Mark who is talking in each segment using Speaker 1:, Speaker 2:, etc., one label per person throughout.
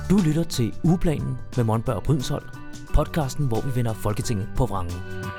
Speaker 1: Du lytter til Ugeplanen med Monberg og Brydensholt, podcasten, hvor vi vender Folketinget på vrangen.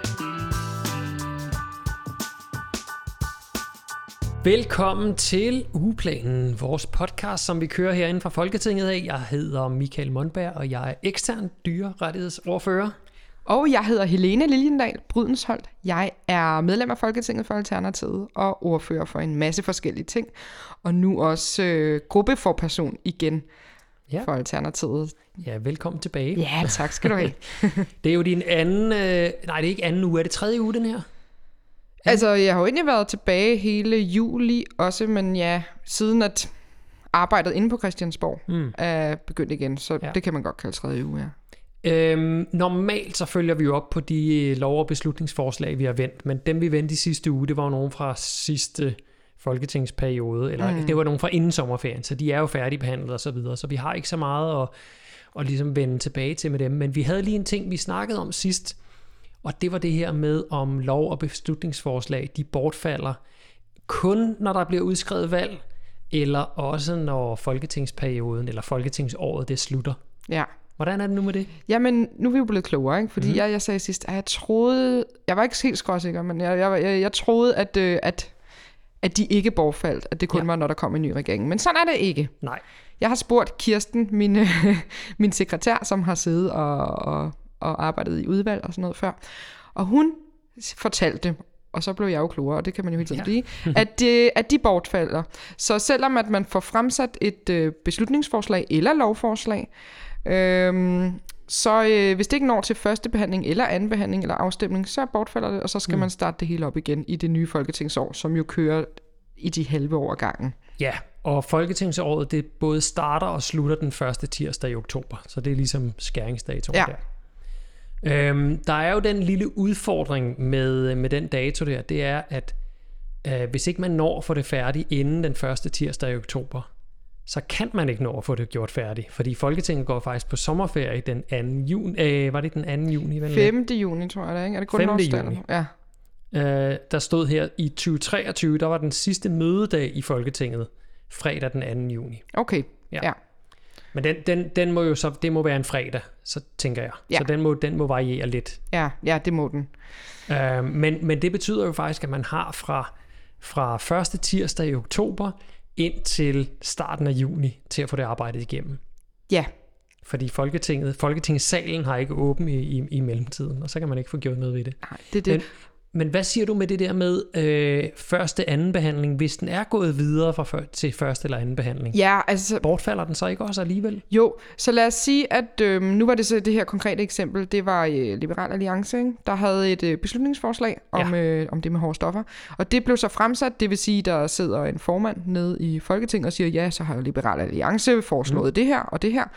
Speaker 2: Velkommen til Ugeplanen, vores podcast, som vi kører herinde fra Folketinget af. Jeg hedder Michael Monberg, og jeg er ekstern dyrerettighedsordfører.
Speaker 3: Og jeg hedder Helene Liliendal Brydensholt. Jeg er medlem af Folketinget for Alternativet og ordfører for en masse forskellige ting. Og nu også gruppeforperson igen for Alternativet.
Speaker 2: Ja, velkommen tilbage.
Speaker 3: Ja, tak skal du have.
Speaker 2: Det er jo din anden, nej det er ikke anden uge, er det tredje uge den her?
Speaker 3: Altså, jeg har jo egentlig været tilbage hele juli også, men ja, siden at arbejdet inde på Christiansborg er begyndt igen, så det kan man godt kalde tredje uge, ja.
Speaker 2: Normalt så følger vi jo op på de lov- og beslutningsforslag, vi har vendt, men dem vi vendte i sidste uge, det var jo nogen fra sidste folketingsperiode, eller det var nogen fra inden sommerferien, så de er jo færdigbehandlet og så videre, så vi har ikke så meget at ligesom vende tilbage til med dem, men vi havde lige en ting, vi snakkede om sidst, og det var det her med, om lov- og beslutningsforslag, de bortfalder kun, når der bliver udskrevet valg, eller også når folketingsperioden eller folketingsåret det slutter.
Speaker 3: Ja.
Speaker 2: Hvordan er det nu med det?
Speaker 3: Jamen, nu er vi jo blevet klogere, ikke? Fordi jeg sagde sidst, at jeg var ikke helt skråsikker, men jeg troede, at de ikke bortfaldt, at det kun var, når der kom en ny regering. Men sådan er det ikke.
Speaker 2: Nej.
Speaker 3: Jeg har spurgt Kirsten, min sekretær, som har siddet og arbejdet i udvalg og sådan noget før, og hun fortalte, og så blev jeg jo klogere, og det kan man jo hele tiden blive, at de bortfalder. Så selvom at man får fremsat et beslutningsforslag eller lovforslag, så hvis det ikke når til første behandling eller anden behandling eller afstemning, så bortfalder det, og så skal man starte det hele op igen i det nye folketingsår, som jo kører i de halve år gangen.
Speaker 2: Ja, og folketingsåret det både starter og slutter den første tirsdag i oktober, så det er ligesom skæringsdatoen der. Der er jo den lille udfordring med den dato der, det er, at hvis ikke man når at få det færdigt inden den første tirsdag i oktober, så kan man ikke nå at få det gjort færdigt, fordi Folketinget går faktisk på sommerferie den 2. juni. Var det den 2. juni?
Speaker 3: 5. juni, tror jeg det, ikke? Er det grundlovsdagen?
Speaker 2: Ja. Der stod her i 2023, der var den sidste mødedag i Folketinget, fredag den 2. juni.
Speaker 3: Okay, ja.
Speaker 2: Men den må jo så, det må være en fredag, så tænker jeg. Ja. Så den må variere lidt.
Speaker 3: Ja, det må den.
Speaker 2: Men det betyder jo faktisk, at man har fra første tirsdag i oktober ind til starten af juni til at få det arbejdet igennem.
Speaker 3: Ja.
Speaker 2: Fordi Folketingssalen har ikke åben i mellemtiden, og så kan man ikke få gjort noget ved det.
Speaker 3: Nej, det er det.
Speaker 2: Men hvad siger du med det der med første anden behandling, hvis den er gået videre til første eller anden behandling?
Speaker 3: Ja, altså... Bortfalder
Speaker 2: den så ikke også alligevel?
Speaker 3: Jo, så lad os sige, at nu var det så det her konkrete eksempel, det var Liberal Alliance, ikke? Der havde et beslutningsforslag om det med hårde stoffer, og det blev så fremsat, det vil sige, der sidder en formand nede i Folketinget og siger, ja, så har Liberal Alliance foreslået det her og det her.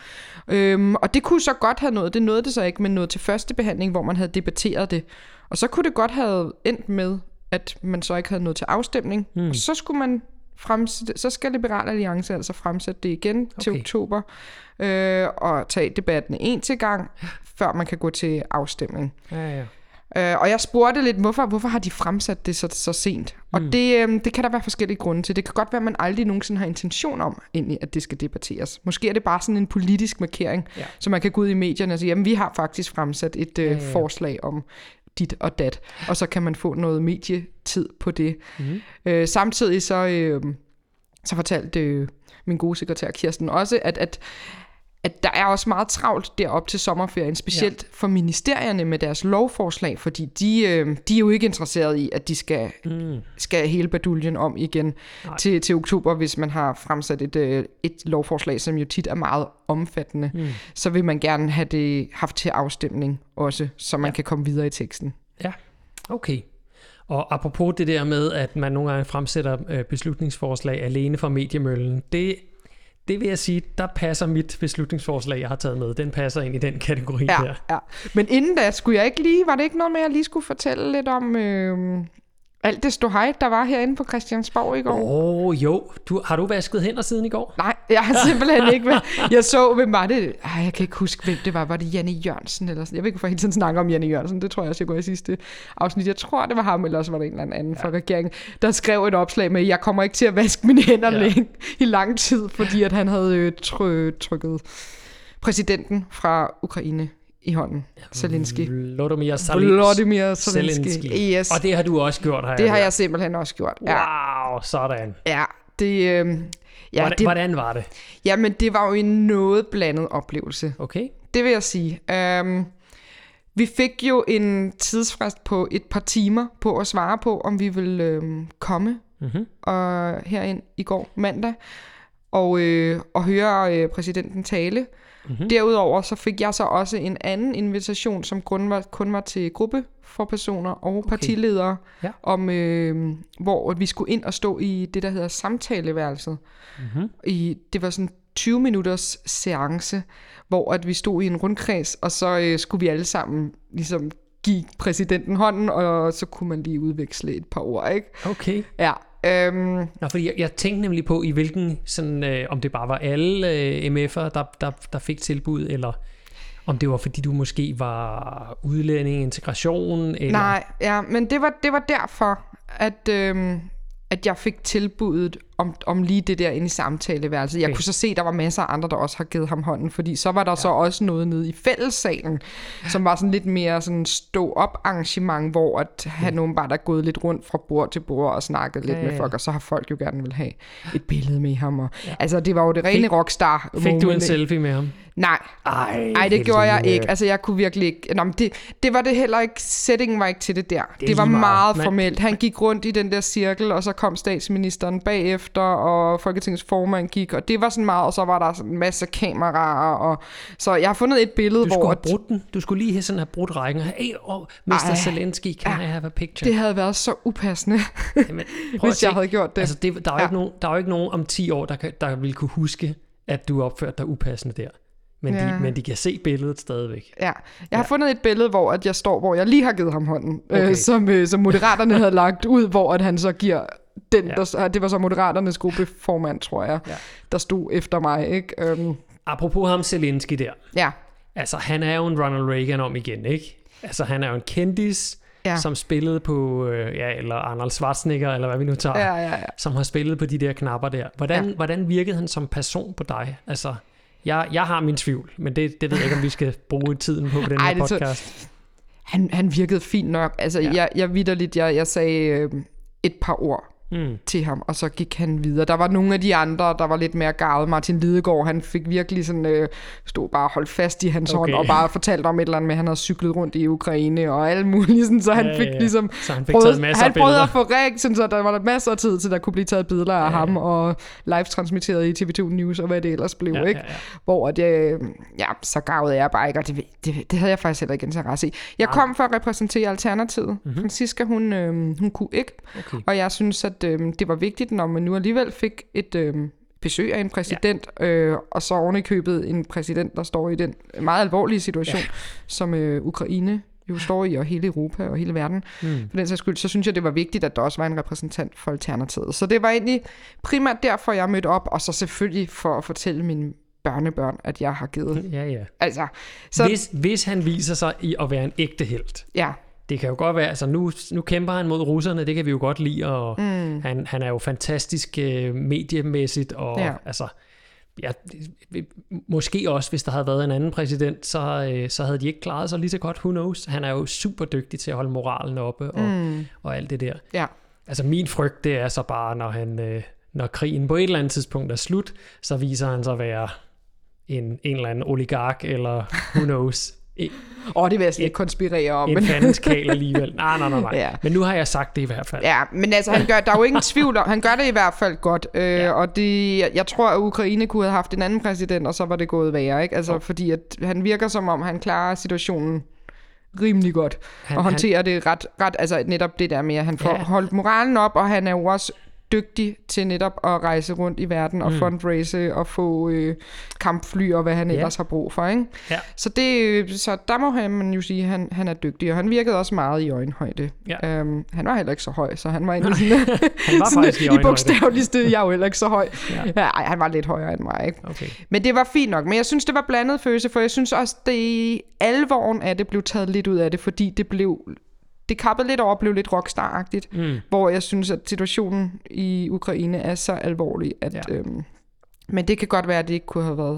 Speaker 3: Og det kunne så godt have nået, det nåede det så ikke, men nåede til første behandling, hvor man havde debatteret det. Og så kunne det godt have endt med, at man så ikke havde nået til afstemning. Og så skulle man så skal Liberal Alliance altså fremsætte det igen til oktober, og tage debatten en til gang, før man kan gå til afstemning.
Speaker 2: Ja.
Speaker 3: Og jeg spurgte lidt, hvorfor har de fremsat det så sent? Og det kan der være forskellige grunde til. Det kan godt være, at man aldrig nogensinde har intention om, egentlig, at det skal debatteres. Måske er det bare sådan en politisk markering, så man kan gå ud i medierne og sige, jamen vi har faktisk fremsat et forslag om dit og dat, og så kan man få noget medietid på det. Samtidig så fortalte min gode sekretær Kirsten også, at der er også meget travlt derop til sommerferien, specielt for ministerierne med deres lovforslag, fordi de er jo ikke interesserede i, at de skal hele baduljen om igen til oktober, hvis man har fremsat et lovforslag, som jo tit er meget omfattende. Så vil man gerne have det haft til afstemning også, så man kan komme videre i teksten.
Speaker 2: Ja, okay. Og apropos det der med, at man nogle gange fremsætter beslutningsforslag alene fra mediemøllen, det vil jeg sige, der passer mit beslutningsforslag, jeg har taget med. Den passer ind i den kategori der.
Speaker 3: Ja. Men inden da, var det ikke noget med, at jeg lige skulle fortælle lidt om alt det ståhej, der var herinde på Christiansborg i går?
Speaker 2: Jo. Har du vasket hænder siden i går?
Speaker 3: Nej, jeg har simpelthen ikke. Jeg så, hvem var det? Jeg kan ikke huske, hvem det var. Var det Janne Jørgensen? Eller sådan? Jeg ved ikke, hvorfor jeg hele tiden snakker om Janne Jørgensen. Det tror jeg også, jeg går i sidste afsnit. Jeg tror, det var ham, eller også var det en eller anden fra regeringen, der skrev et opslag med, jeg kommer ikke til at vaske mine hænder i lang tid, fordi at han havde trykket præsidenten fra Ukraine i hånden. Zelensky.
Speaker 2: Volodymyr
Speaker 3: Zelensky. Yes.
Speaker 2: Og det har du også gjort,
Speaker 3: Det har jeg simpelthen også gjort.
Speaker 2: Ja. Wow, sådan.
Speaker 3: Ja, det...
Speaker 2: Hvordan var det?
Speaker 3: Jamen, det var jo en noget blandet oplevelse.
Speaker 2: Okay.
Speaker 3: Det vil jeg sige. Vi fik jo en tidsfrist på et par timer på at svare på, om vi ville komme herind i går mandag og høre præsidenten tale. Derudover så fik jeg så også en anden invitation, som kun var til gruppe for personer og partiledere, om hvor vi skulle ind og stå i det, der hedder samtaleværelset. Det var sådan 20 minutters seance, hvor at vi stod i en rundkreds, og så skulle vi alle sammen ligesom give præsidenten hånden, og så kunne man lige udveksle et par ord, ikke?
Speaker 2: Okay.
Speaker 3: Ja.
Speaker 2: Nå, fordi jeg tænkte nemlig på, i hvilken, sådan, om det bare var alle MF'er, der fik tilbud, eller om det var, fordi du måske var udlænding, integration, eller...
Speaker 3: Nej, ja, men det var derfor, at jeg fik tilbuddet om lige det der inde i samtaleværelset. Jeg kunne så se, der var masser af andre, der også har givet ham hånden, fordi så var der så også noget nede i fællessalen, som var sådan lidt mere sådan stå-op-arrangement, hvor at han åbenbart er gået lidt rundt fra bord til bord og snakket lidt med folk, og så har folk jo gerne vil have et billede med ham. Og, altså, det var jo det rene rockstar.
Speaker 2: Fik du en selfie med ham?
Speaker 3: Nej. Ej, det gjorde jeg ikke. Altså, jeg kunne virkelig ikke... Nå, men det var det heller ikke. Settingen var ikke til det der. Det var meget formelt. Han gik rundt i den der cirkel, og så kom statsministeren bagefter, og Folketingets formand gik, og det var sådan meget, og så var der sådan en masse kameraer, og så jeg har fundet et billede,
Speaker 2: Du skulle lige have brudt rækken. Hey, Mr. Zelensky, can I have a picture?
Speaker 3: Det havde været så upassende, hvis jeg havde gjort det.
Speaker 2: Altså, der er jo ikke nogen om 10 år, der ville kunne huske, at du opførte dig upassende der. Men de kan se billedet stadigvæk.
Speaker 3: Ja, jeg har fundet et billede, hvor jeg lige har givet ham hånden, som Moderaterne havde lagt ud, hvor at han så giver den, det var så Moderaternes gruppeformand, tror jeg, der stod efter mig, ikke?
Speaker 2: Apropos ham Zelensky der.
Speaker 3: Ja.
Speaker 2: Altså, han er jo en Ronald Reagan om igen, ikke? Altså, han er jo en kendis, som spillede på, eller Arnold Schwarzenegger, eller hvad vi nu tager, som har spillet på de der knapper der. Hvordan virkede han som person på dig? Altså... Jeg har min tvivl, men det ved jeg ikke, om vi skal bruge tiden på den her podcast.
Speaker 3: Han virkede fint nok. Altså, jeg sagde et par ord til ham, og så gik han videre. Der var nogle af de andre, der var lidt mere garvet. Martin Lidegaard, han fik virkelig sådan, stod bare holdt fast i hans hånd, og bare fortalte om et eller andet med, at han havde cyklet rundt i Ukraine, og alt muligt, sådan, så han fik ligesom...
Speaker 2: Så han fik taget masser af billeder.
Speaker 3: Han prøvede at få ræk, så der var masser af tid til, der kunne blive taget billeder af ham, og live-transmitteret i TV2 News, og hvad det ellers blev, ikke? Hvor at, så garvede jeg bare ikke, og det havde jeg faktisk heller ikke interesse i. Jeg kom for at repræsentere Alternativet. Franziska, hun kunne ikke, og jeg synes, at det var vigtigt, når man nu alligevel fik et besøg af en præsident, og så oven i købet en præsident, der står i den meget alvorlige situation, som Ukraine jo står i, og hele Europa og hele verden. For den sags skyld, så synes jeg, det var vigtigt, at der også var en repræsentant for Alternativet. Så det var egentlig primært derfor, jeg mødte op, og så selvfølgelig for at fortælle mine børnebørn, at jeg har givet.
Speaker 2: Ja.
Speaker 3: Altså, så,
Speaker 2: hvis han viser sig i at være en ægte helt.
Speaker 3: Ja.
Speaker 2: Det kan jo godt være, altså nu kæmper han mod russerne, det kan vi jo godt lide, og han er jo fantastisk mediemæssigt, og altså, måske også, hvis der havde været en anden præsident, så havde de ikke klaret sig lige så godt, who knows. Han er jo super dygtig til at holde moralen oppe, og alt det der. Ja. Altså min frygt, det er så bare, når krigen på et eller andet tidspunkt er slut, så viser han sig at være en eller anden oligark, eller who knows.
Speaker 3: Det vil jeg slet ikke konspirere om.
Speaker 2: En fandens kæl alligevel. Nej. Ja. Men nu har jeg sagt det i hvert fald.
Speaker 3: Ja, men altså, der er jo ingen tvivl om, han gør det i hvert fald godt. Og jeg tror, at Ukraine kunne have haft en anden præsident, og så var det gået værre, ikke? Altså, fordi at han virker som om, han klarer situationen rimelig godt, og håndterer det ret, altså netop det der med, at han får holdt moralen op, og han er jo også dygtig til netop at rejse rundt i verden og fundraise og få kampfly og hvad han ellers har brug for, ikke? Ja. Så der må man jo sige, at han er dygtig, og han virkede også meget i øjenhøjde. Ja. Han var heller ikke så høj, så han var egentlig sådan,
Speaker 2: han var sådan faktisk i
Speaker 3: bogstaveligste, jeg er jo heller ikke så høj. Ej, han var lidt højere end mig, ikke? Okay. Men det var fint nok, men jeg synes, det var blandet følelse, for jeg synes også, det alvoren af det blev taget lidt ud af det, fordi det kappede lidt over og blev lidt rockstar-agtigt, hvor jeg synes, at situationen i Ukraine er så alvorlig, at men det kan godt være, at det ikke kunne have været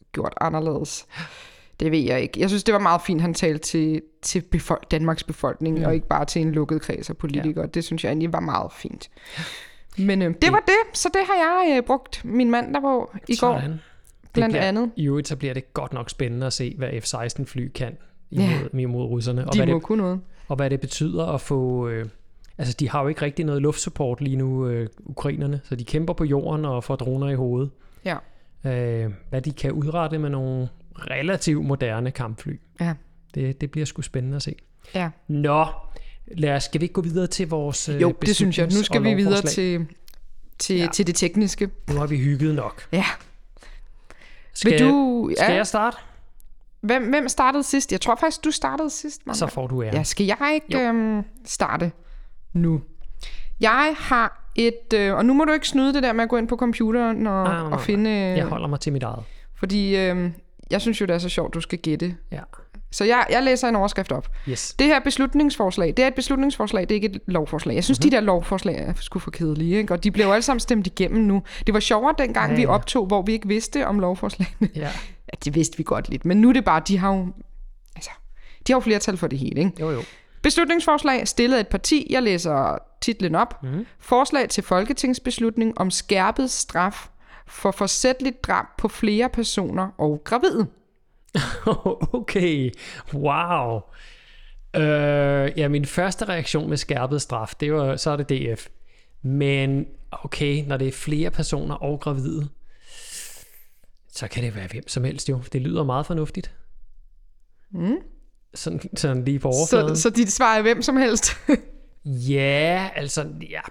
Speaker 3: gjort anderledes. Det ved jeg ikke. Jeg synes, det var meget fint, han talte til Danmarks befolkning, og ikke bare til en lukket kreds af politikere. Det synes jeg egentlig var meget fint. Men det var det, så det har jeg brugt min mandag på i går. Blandt andet.
Speaker 2: I øvrigt så bliver det godt nok spændende at se, hvad F-16-fly kan imod russerne. Og
Speaker 3: de må kunne noget.
Speaker 2: Og hvad det betyder at få... altså, de har jo ikke rigtig noget luftsupport lige nu, ukrainerne, så de kæmper på jorden og får droner i hovedet.
Speaker 3: Ja.
Speaker 2: Hvad de kan udrette med nogle relativt moderne kampfly.
Speaker 3: Ja.
Speaker 2: Det bliver sgu spændende at se.
Speaker 3: Ja.
Speaker 2: Nå, skal vi ikke gå videre til vores
Speaker 3: Jo, det synes jeg. Nu skal vi videre til det tekniske.
Speaker 2: Nu har vi hygget nok.
Speaker 3: Ja.
Speaker 2: Skal jeg starte?
Speaker 3: Hvem startede sidst? Jeg tror faktisk, du startede sidst, Magnus.
Speaker 2: Så får du æren.
Speaker 3: Ja, skal jeg ikke starte nu? Jeg har og nu må du ikke snyde det der med at gå ind på computeren og finde...
Speaker 2: Jeg holder mig til mit eget.
Speaker 3: Fordi jeg synes jo, det er så sjovt, du skal gætte.
Speaker 2: Ja.
Speaker 3: Så jeg læser en overskrift op.
Speaker 2: Yes.
Speaker 3: Det her beslutningsforslag, det er et beslutningsforslag, det er ikke et lovforslag. Jeg synes, de der lovforslag er sgu for kedelige, ikke? Og de blev jo alle sammen stemt igennem nu. Det var sjovere dengang, vi optog, hvor vi ikke vidste om lovforslagene. Ja, det vidste vi godt lidt. Men nu er det bare, de har jo flertal for det hele, ikke?
Speaker 2: Jo.
Speaker 3: Beslutningsforslag stillet af et parti. Jeg læser titlen op. Forslag til folketingsbeslutning om skærpet straf for forsætligt drab på flere personer og gravide.
Speaker 2: Okay, wow. Min første reaktion med skærpet straf, så er det DF. Men okay, når det er flere personer og gravide, så kan det være hvem som helst jo. Det lyder meget fornuftigt. Sådan lige på overfladen.
Speaker 3: Så dit svar er hvem som helst?
Speaker 2: Ja, altså...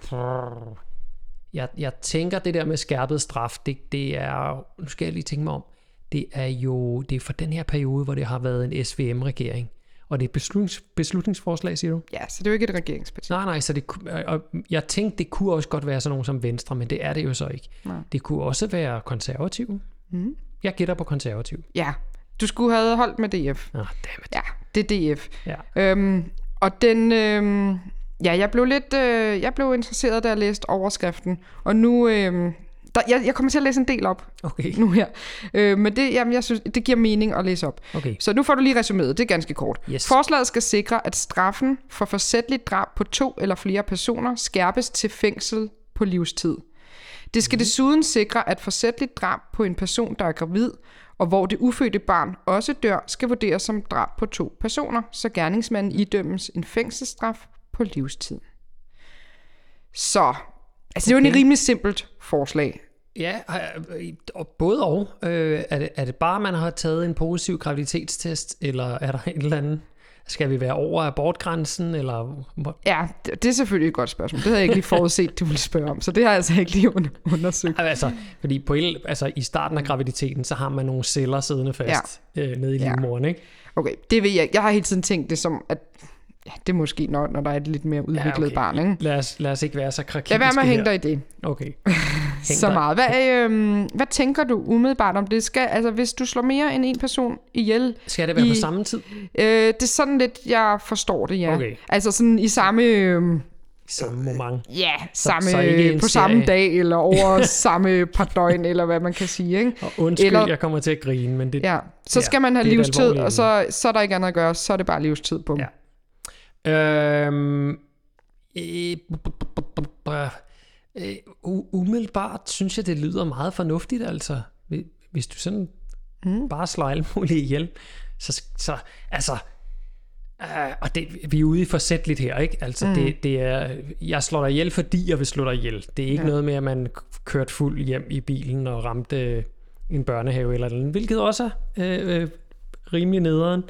Speaker 2: Jeg tænker, det der med skærpet straf, det er... Nu skal jeg lige tænke mig om. Det er for den her periode, hvor det har været en SVM-regering. Og det er beslutningsforslag, siger du?
Speaker 3: Ja, så det er jo ikke et regeringsparti.
Speaker 2: Nej, så jeg tænkte, det kunne også godt være sådan nogen som Venstre, men det er det jo så ikke. Nej. Det kunne også være konservative. Jeg gætter på konservative.
Speaker 3: Ja, du skulle have holdt med DF.
Speaker 2: Dammit.
Speaker 3: Ja, det er DF.
Speaker 2: Ja.
Speaker 3: Og den... jeg blev interesseret, da jeg læste overskriften. Og nu... jeg kommer til at læse en del op nu her. Men jeg synes, det giver mening at læse op.
Speaker 2: Okay.
Speaker 3: Så nu får du lige resumeret. Det er ganske kort.
Speaker 2: Yes.
Speaker 3: Forslaget skal sikre, at straffen for forsætligt drab på 2 eller flere personer skærpes til fængsel på livstid. Det skal desuden sikre, at forsætligt drab på en person, der er gravid, og hvor det ufødte barn også dør, skal vurderes som drab på 2 personer, så gerningsmanden idømmes en fængselsstraf på livstid. Så, det er jo en rimelig simpelt forslag.
Speaker 2: Ja, både og. Er det bare, man har taget en positiv graviditetstest, eller er der en eller anden... Skal vi være over abortgrænsen, eller...
Speaker 3: Ja, det er selvfølgelig et godt spørgsmål. Det havde jeg ikke lige forudset, du ville spørge om, så det har jeg altså ikke lige undersøgt.
Speaker 2: Altså, fordi i starten af graviditeten, så har man nogle celler siddende fast nede i livmoderen, ikke?
Speaker 3: Okay, det ved jeg. Jeg har hele tiden tænkt det som, at det er måske, når der er et lidt mere udviklet barn, ikke?
Speaker 2: Lad os ikke være så krakiske.
Speaker 3: Lad være med at hænge dig i det.
Speaker 2: Okay.
Speaker 3: Så meget. Hvad tænker du umiddelbart om det? Hvis du slår mere end en person ihjel...
Speaker 2: Skal det være på samme tid?
Speaker 3: Det er sådan lidt, jeg forstår det, ja.
Speaker 2: Okay.
Speaker 3: Altså sådan i samme...
Speaker 2: samme moment.
Speaker 3: Ja, på samme dag, eller over samme par døgn, eller hvad man kan sige, ikke?
Speaker 2: Og undskyld, jeg kommer til at grine, men det...
Speaker 3: Ja, så skal man have livstid, og så er der ikke andet at gøre, så er det bare livstid på.
Speaker 2: Ja. Umiddelbart synes jeg, det lyder meget fornuftigt, altså. Hvis du sådan bare slår alt muligt ihjel, så altså... og vi er ude i forsætligt her, ikke? Altså, det er... Jeg slår dig ihjel, fordi jeg vil slå dig ihjel. Det er ikke noget med, at man kørte fuld hjem i bilen og ramte en børnehave eller noget, hvilket også er rimelig nederen.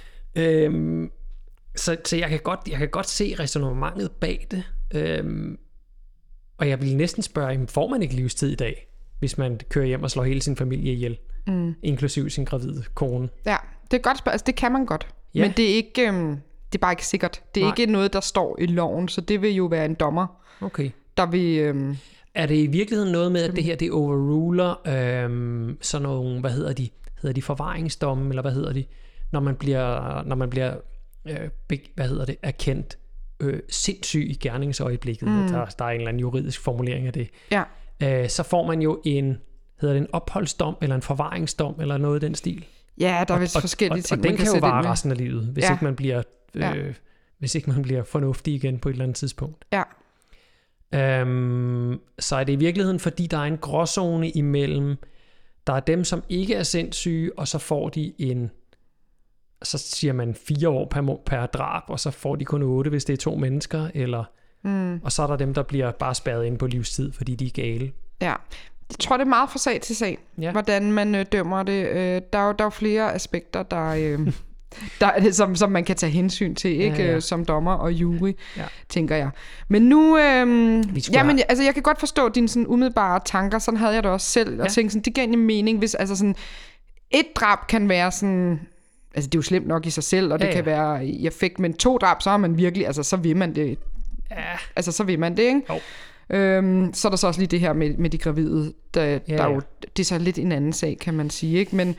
Speaker 2: Så jeg kan godt se ræsonnementet bag det. Og jeg vil næsten spørge, får man ikke livstid i dag, hvis man kører hjem og slår hele sin familie ihjel, inklusiv sin gravide kone? Ja,
Speaker 3: det er et godt spørgsmål. Altså, det kan man godt. Ja. Men det er ikke, det er bare ikke sikkert. Det er ikke noget, der står i loven, så det vil jo være en dommer, der vil...
Speaker 2: Er det i virkeligheden noget med, at det her, det overruler sådan nogle, hvad hedder de? Hedder de forvaringsdomme, eller hvad hedder de? Når man bliver erkendt sindssyg i gerningsøjeblikket. Der er en eller anden juridisk formulering af det.
Speaker 3: Ja.
Speaker 2: Så får man jo en hedder det en opholdsdom, eller en forvaringsdom, eller noget i den stil.
Speaker 3: Ja, der er vist forskellige ting,
Speaker 2: og den
Speaker 3: man
Speaker 2: kan jo
Speaker 3: sætte ind
Speaker 2: vare
Speaker 3: med.
Speaker 2: resten af livet, hvis ikke man bliver... hvis ikke man bliver fornuftig igen på et eller andet tidspunkt.
Speaker 3: Ja.
Speaker 2: Så er det i virkeligheden, fordi der er en gråzone imellem, der er dem, som ikke er sindssyge, og så får de så siger man 4 år per drab, og så får de kun 8, hvis det er 2 mennesker, eller, og så er der dem, der bliver bare spærret ind på livstid, fordi de er gale.
Speaker 3: Ja. Jeg tror, det er meget fra sag til sag, hvordan man dømmer det. Der er jo flere aspekter, som man kan tage hensyn til, ikke? Ja. Som dommer og jury, tænker jeg. Men nu, jeg kan godt forstå dine sådan umiddelbare tanker, sådan havde jeg det også selv, og tænkte sådan, det giver egentlig mening, hvis altså sådan, et drab kan være sådan, altså det er jo slemt nok i sig selv, og det kan være i affekt, men 2 drab, så er man virkelig, altså så vil man det, altså så vil man det, ikke? Jo. Så er der så også lige det her med de gravide, der jo, det er så lidt en anden sag, kan man sige, ikke? Men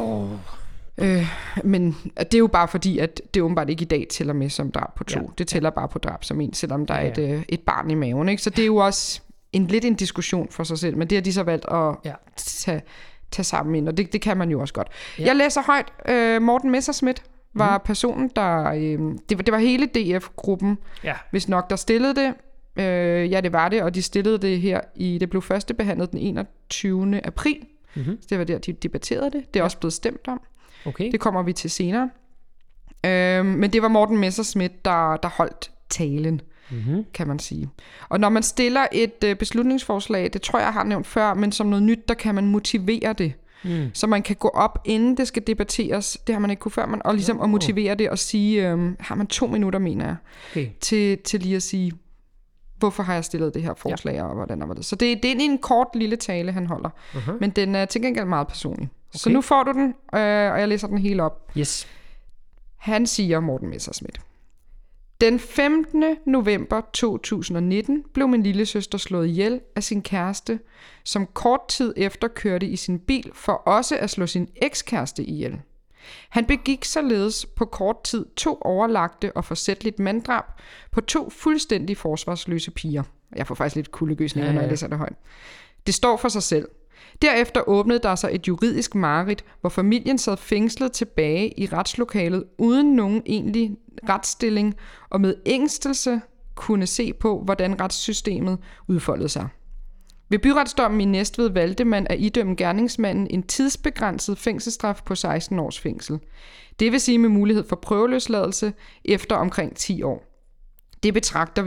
Speaker 3: men det er jo bare fordi, at det åbenbart ikke i dag tæller med som drab på 2. Det tæller bare på drab som 1, selvom der er et barn i maven, ikke? Så det er jo også lidt en diskussion for sig selv, men det har de så valgt at tage sammen ind, og det kan man jo også godt. Jeg læser højt. Morten Messerschmidt var personen, der... det var hele DF-gruppen, hvis nok, der stillede det. Det var det, og de stillede det her det blev førstebehandlet den 21. april. Så det var der, de debatterede det. Det er også blevet stemt om. Okay. Det kommer vi til senere. Men det var Morten Messerschmidt, der holdt talen, kan man sige. Og når man stiller et beslutningsforslag, det tror jeg har nævnt før, men som noget nyt, der kan man motivere det. Så man kan gå op, inden det skal debatteres. Det har man ikke kunnet før, og ligesom at motivere det og sige, har man 2 minutter, mener jeg, til lige at sige, hvorfor har jeg stillet det her forslag, og hvordan og hvad det. Så det er en kort lille tale, han holder. Men den er til gengæld meget personlig. Okay. Så nu får du den, og jeg læser den hele op.
Speaker 2: Yes.
Speaker 3: Han siger, Morten Messerschmidt: Den 15. november 2019 blev min lillesøster slået ihjel af sin kæreste, som kort tid efter kørte i sin bil for også at slå sin ekskæreste ihjel. Han begik således på kort tid 2 overlagte og forsætligt manddrab på 2 fuldstændig forsvarsløse piger. Jeg får faktisk lidt kuldegysninger, når jeg læser det højt. Det står for sig selv. Derefter åbnede der sig et juridisk mareridt, hvor familien sad fængslet tilbage i retslokalet uden nogen egentlig retsstilling og med ængstelse kunne se på, hvordan retssystemet udfoldede sig. Ved byretsdommen i Næstved valgte man at idømme gerningsmanden en tidsbegrænset fængselsstraf på 16 års fængsel. Det vil sige med mulighed for prøveløsladelse efter omkring 10 år. Det betragter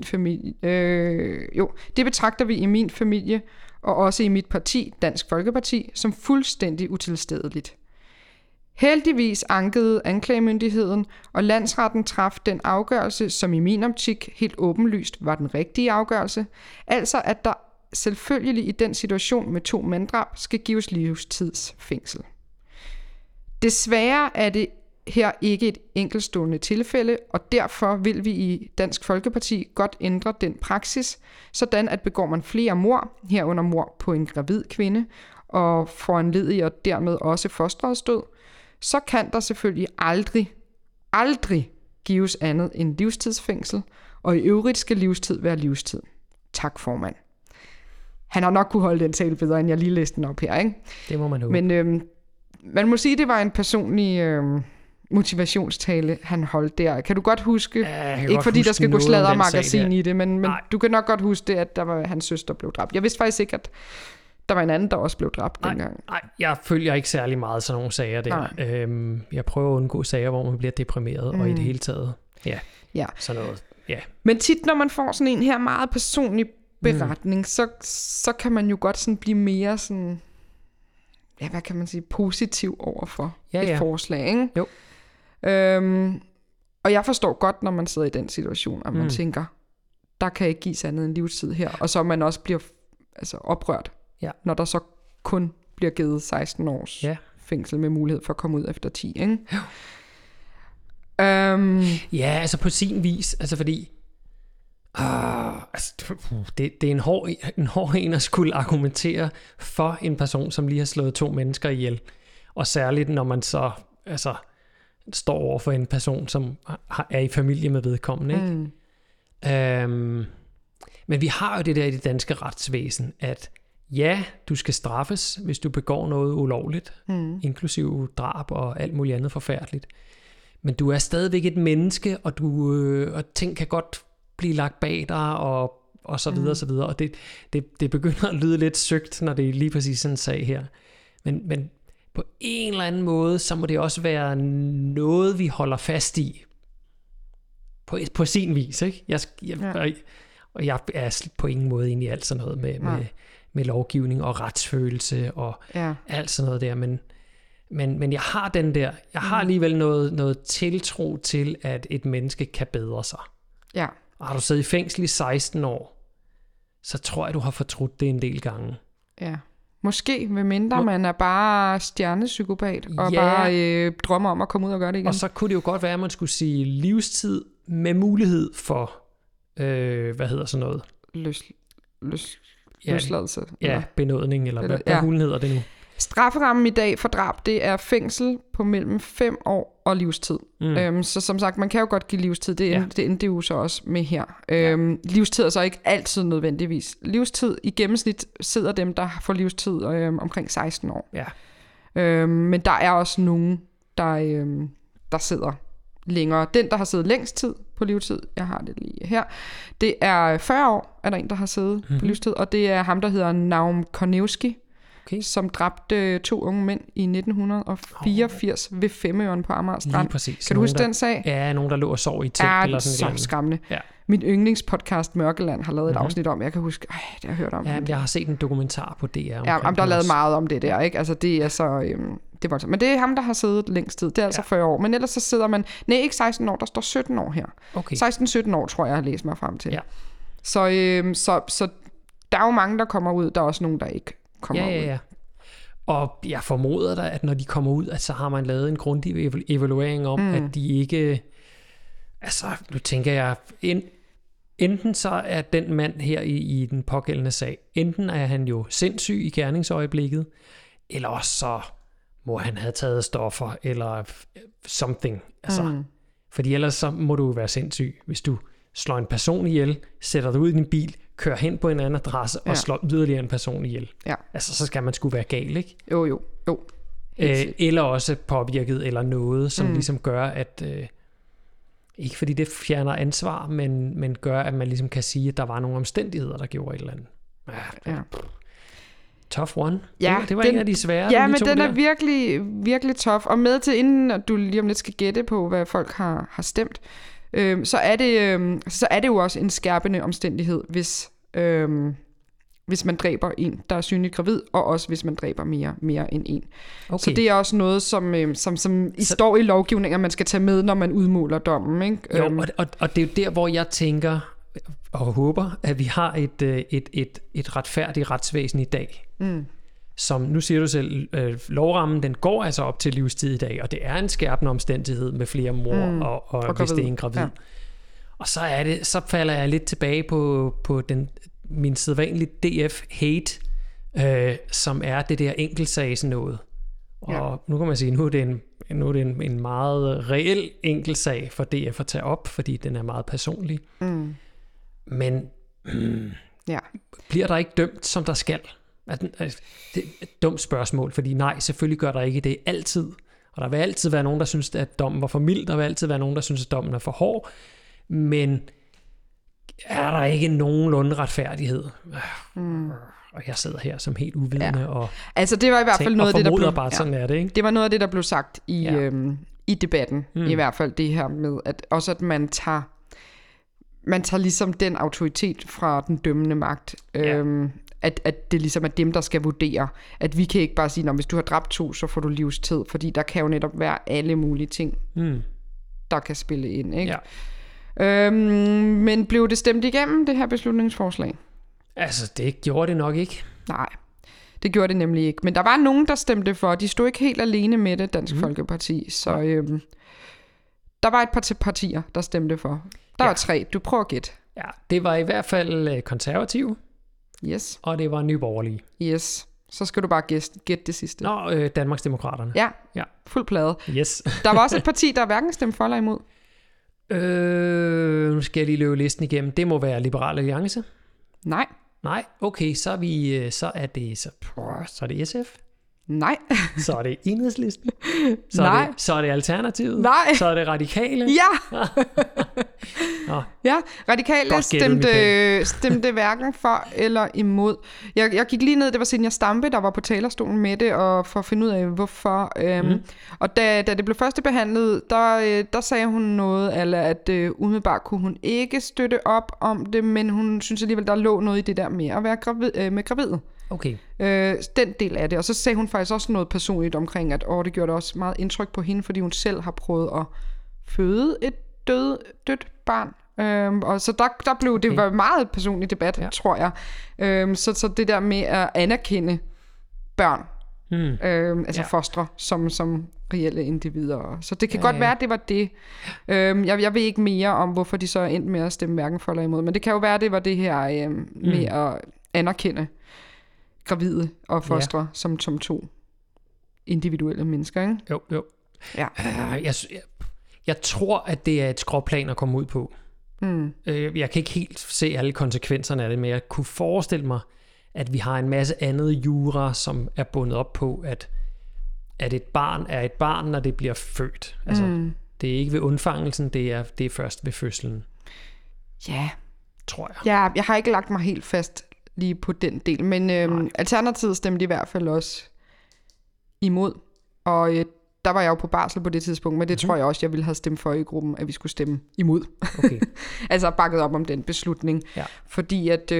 Speaker 3: vi i min familie og også i mit parti, Dansk Folkeparti, som fuldstændig utilstedeligt. Heldigvis ankede anklagemyndigheden, og landsretten traf den afgørelse, som i min optik helt åbenlyst var den rigtige afgørelse, altså at der selvfølgelig i den situation med 2 manddrab skal gives livstidsfængsel. Desværre er det her ikke et enkeltstående tilfælde, og derfor vil vi i Dansk Folkeparti godt ændre den praksis, sådan at begår man flere mord, herunder mord på en gravid kvinde, og foranlediger dermed også fosterets død, så kan der selvfølgelig aldrig gives andet end livstidsfængsel, og i øvrigt skal livstid være livstid. Tak, formand. Han har nok kunne holde den tale bedre, end jeg lige læste den op her, ikke?
Speaker 2: Det må man håbe.
Speaker 3: Men man må sige, det var en personlig motivationstale, han holdt der. Kan du godt huske, ikke fordi der skal gå sladdermagasin i det, men du kan nok godt huske det, at der var hans søster blev dræbt. Jeg vidste faktisk ikke, at der var en anden, der også blev dræbt dengang. Nej,
Speaker 2: jeg følger ikke særlig meget sådan nogle sager der. Jeg prøver at undgå sager, hvor man bliver deprimeret, og i det hele taget, sådan noget. Ja.
Speaker 3: Men tit, når man får sådan en her meget personlig beretning, så kan man jo godt sådan blive mere sådan, hvad kan man sige, positiv overfor et forslag, ikke? Jo. Og jeg forstår godt, når man sidder i den situation, at man tænker, der kan ikke gives andet end livstid her, og så man også bliver oprørt, når der så kun bliver givet 16 års fængsel med mulighed for at komme ud efter 10, ikke?
Speaker 2: Jo. På sin vis, fordi det er en hård en at skulle argumentere for en person, som lige har slået 2 mennesker ihjel, og særligt når man så står over for en person, som er i familie med vedkommende, ikke? Men vi har jo det der i det danske retsvæsen, at ja, du skal straffes, hvis du begår noget ulovligt, inklusive drab og alt muligt andet forfærdeligt. Men du er stadigvæk et menneske, og ting kan godt blive lagt bag dig, og så videre, og så videre. Og det begynder at lyde lidt søgt, når det er lige præcis sådan en sag her. Men på en eller anden måde, så må det også være noget, vi holder fast i. På sin vis, ikke? Og jeg er på ingen måde inde i alt sådan noget med lovgivning og retsfølelse og alt sådan noget der. Men jeg har jeg har alligevel noget tiltro til, at et menneske kan bedre sig.
Speaker 3: Ja.
Speaker 2: Og har du siddet i fængsel i 16 år, så tror jeg, du har fortrudt det en del gange.
Speaker 3: Ja. Måske, medmindre man er bare stjernepsykopat og bare drømmer om at komme ud og gøre det igen.
Speaker 2: Og så kunne det jo godt være, at man skulle sige livstid med mulighed for, hvad hedder sådan noget?
Speaker 3: Løsladelse.
Speaker 2: Ja, benådning, eller hvad hulen hedder det nu?
Speaker 3: Strafferammen i dag for drab, det er fængsel på mellem 5 år og livstid. Så som sagt, man kan jo godt give livstid. Det endte det jo så også med her. Livstid er så ikke altid nødvendigvis. Livstid, i gennemsnit sidder dem, der får livstid omkring 16 år. Ja. Men der er også nogen, der sidder længere. Den, der har siddet længst tid på livstid, jeg har det lige her, det er 40 år, er der en, der har siddet på livstid, og det er ham, der hedder Naum Kornewski, som dræbte 2 unge mænd i 1984 ved Femøren på Amager Strand.
Speaker 2: Lige præcis.
Speaker 3: Kan du huske den sag?
Speaker 2: Ja, nogen, der lå og sov i telt.
Speaker 3: Ja,
Speaker 2: eller sådan
Speaker 3: så skræmmende. Ja. Min yndlingspodcast Mørkeland har lavet et afsnit om, jeg kan huske, det har jeg hørt om.
Speaker 2: Ja, jeg har set en dokumentar på DR.
Speaker 3: Ja, der er lavet meget om det der, ikke? Altså, det er så... det var, men det er ham, der har siddet længst tid. Det er altså 40 år. Men ellers så sidder man... Nej, ikke 16 år, der står 17 år her. Okay. 16-17 år, tror jeg har læst mig frem til. Ja. Så der er jo mange, der kommer ud. Der er også nogen, der ikke kommer ud. Ja.
Speaker 2: Og jeg formoder da, at når de kommer ud, at så har man lavet en grundig evaluering om, at de ikke... Altså, nu tænker jeg... Enten så er den mand her i den pågældende sag, enten er han jo sindssyg i gerningsøjeblikket, eller også så må han have taget stoffer, eller something. Altså, fordi ellers så må du være sindssyg, hvis du slår en person ihjel, sætter dig ud i din bil, kører hen på en anden adresse og slår yderligere en person ihjel. Ja. Altså, så skal man sgu være gal, ikke?
Speaker 3: Jo.
Speaker 2: Eller også påvirket eller noget, som ligesom gør, at... ikke fordi det fjerner ansvar, men gør, at man ligesom kan sige, at der var nogle omstændigheder, der gjorde et eller andet. Ja. Tough one. Ja, det var en af de svære.
Speaker 3: Ja, men den er virkelig, virkelig tough. Og med til, inden du lige om lidt skal gætte på, hvad folk har stemt, så er det jo også en skærpende omstændighed, hvis man dræber en, der er synligt gravid, og også hvis man dræber mere end en. Okay. Så det er også noget, som står i lovgivningen, at man skal tage med, når man udmåler dommen. Ikke?
Speaker 2: Jo, og det er jo der, hvor jeg tænker og håber, at vi har et retfærdigt retsvæsen i dag. Som, nu siger du selv, lovrammen, den går altså op til livstid i dag, og det er en skærpende omstændighed med flere mor, og hvis det er en gravid. Ja. Og så falder jeg lidt tilbage på min sædvanlige DF-hate, som er det der enkeltsags noget. Og nu kan man sige, nu er det en meget reel enkeltsag for DF at tage op, fordi den er meget personlig. Men bliver der ikke dømt, som der skal? Det er et dumt spørgsmål, fordi nej, selvfølgelig gør der ikke det altid. Og der vil altid være nogen, der synes, at dommen var for mild. Der vil altid være nogen, der synes, at dommen er for hård. Men er der ikke nogenlunde retfærdighed? Og jeg sidder her som helt uvidende og
Speaker 3: altså det var i hvert fald noget af det, der blev
Speaker 2: bare sådan er det, ikke?
Speaker 3: Det var noget af det, der blev sagt i debatten, i hvert fald det her med at man tager ligesom den autoritet fra den dømmende magt, at det ligesom er dem, der skal vurdere, at vi kan ikke bare sige, hvis du har dræbt 2, så får du livstid, fordi der kan jo netop være alle mulige ting, der kan spille ind, ikke? Men blev det stemt igennem, det her beslutningsforslag?
Speaker 2: Altså, det gjorde det nok ikke.
Speaker 3: Nej, det gjorde det nemlig ikke. Men der var nogen, der stemte for. De stod ikke helt alene med det, Dansk Folkeparti. Så der var et par partier, der stemte for. Der var 3. Du prøver at gætte. Ja,
Speaker 2: det var i hvert fald Konservative.
Speaker 3: Yes.
Speaker 2: Og det var Nye Borgerlige.
Speaker 3: Yes. Så skal du bare gætte det sidste.
Speaker 2: Danmarksdemokraterne.
Speaker 3: Ja, fuld plade.
Speaker 2: Yes.
Speaker 3: Der var også et parti, der hverken stemte for eller imod.
Speaker 2: Nu skal jeg lige løbe listen igennem. Det må være Liberal Alliance.
Speaker 3: Nej.
Speaker 2: Nej, okay, så er det SF.
Speaker 3: Nej.
Speaker 2: Så er det Enhedslisten.
Speaker 3: Nej.
Speaker 2: Så er det Alternativet.
Speaker 3: Nej.
Speaker 2: Så er det Radikale.
Speaker 3: Ja.
Speaker 2: Nå.
Speaker 3: Ja, Radikale stemte hverken for eller imod. Jeg gik lige ned, det var Zenia Stampe, der var på talerstolen med det, og for at finde ud af, hvorfor. Og da det blev førstebehandlet, der sagde hun noget, at umiddelbart kunne hun ikke støtte op om det, men hun synes alligevel, der lå noget i det der med at være gravide.
Speaker 2: Okay.
Speaker 3: Den del af det. Og så sagde hun faktisk også noget personligt omkring, at det gjorde også meget indtryk på hende, fordi hun selv har prøvet at føde et dødt barn. Og så der blev det var meget personlig debat, tror jeg. Så det der med at anerkende børn, fostre, som reelle individer. Så det kan godt være, at det var det. Jeg ved ikke mere om, hvorfor de så endte med at stemme hverken for eller imod, men det kan jo være, at det var det her med at anerkende gravide og fostre som to individuelle mennesker, ikke?
Speaker 2: Jo.
Speaker 3: Ja.
Speaker 2: Jeg tror, at det er et skråplan at komme ud på. Jeg kan ikke helt se alle konsekvenserne af det, men jeg kunne forestille mig, at vi har en masse andet jura, som er bundet op på, at et barn er et barn, når det bliver født. Altså, det er ikke ved undfangelsen, det er først ved fødslen.
Speaker 3: Ja.
Speaker 2: Tror jeg.
Speaker 3: Ja, jeg har ikke lagt mig helt fast lige på den del, men Alternativet stemte i hvert fald også imod, og der var jeg jo på barsel på det tidspunkt, men det tror jeg også, jeg ville have stemt for i gruppen, at vi skulle stemme imod.
Speaker 2: Okay.
Speaker 3: Altså bakket op om den beslutning. Ja. Fordi at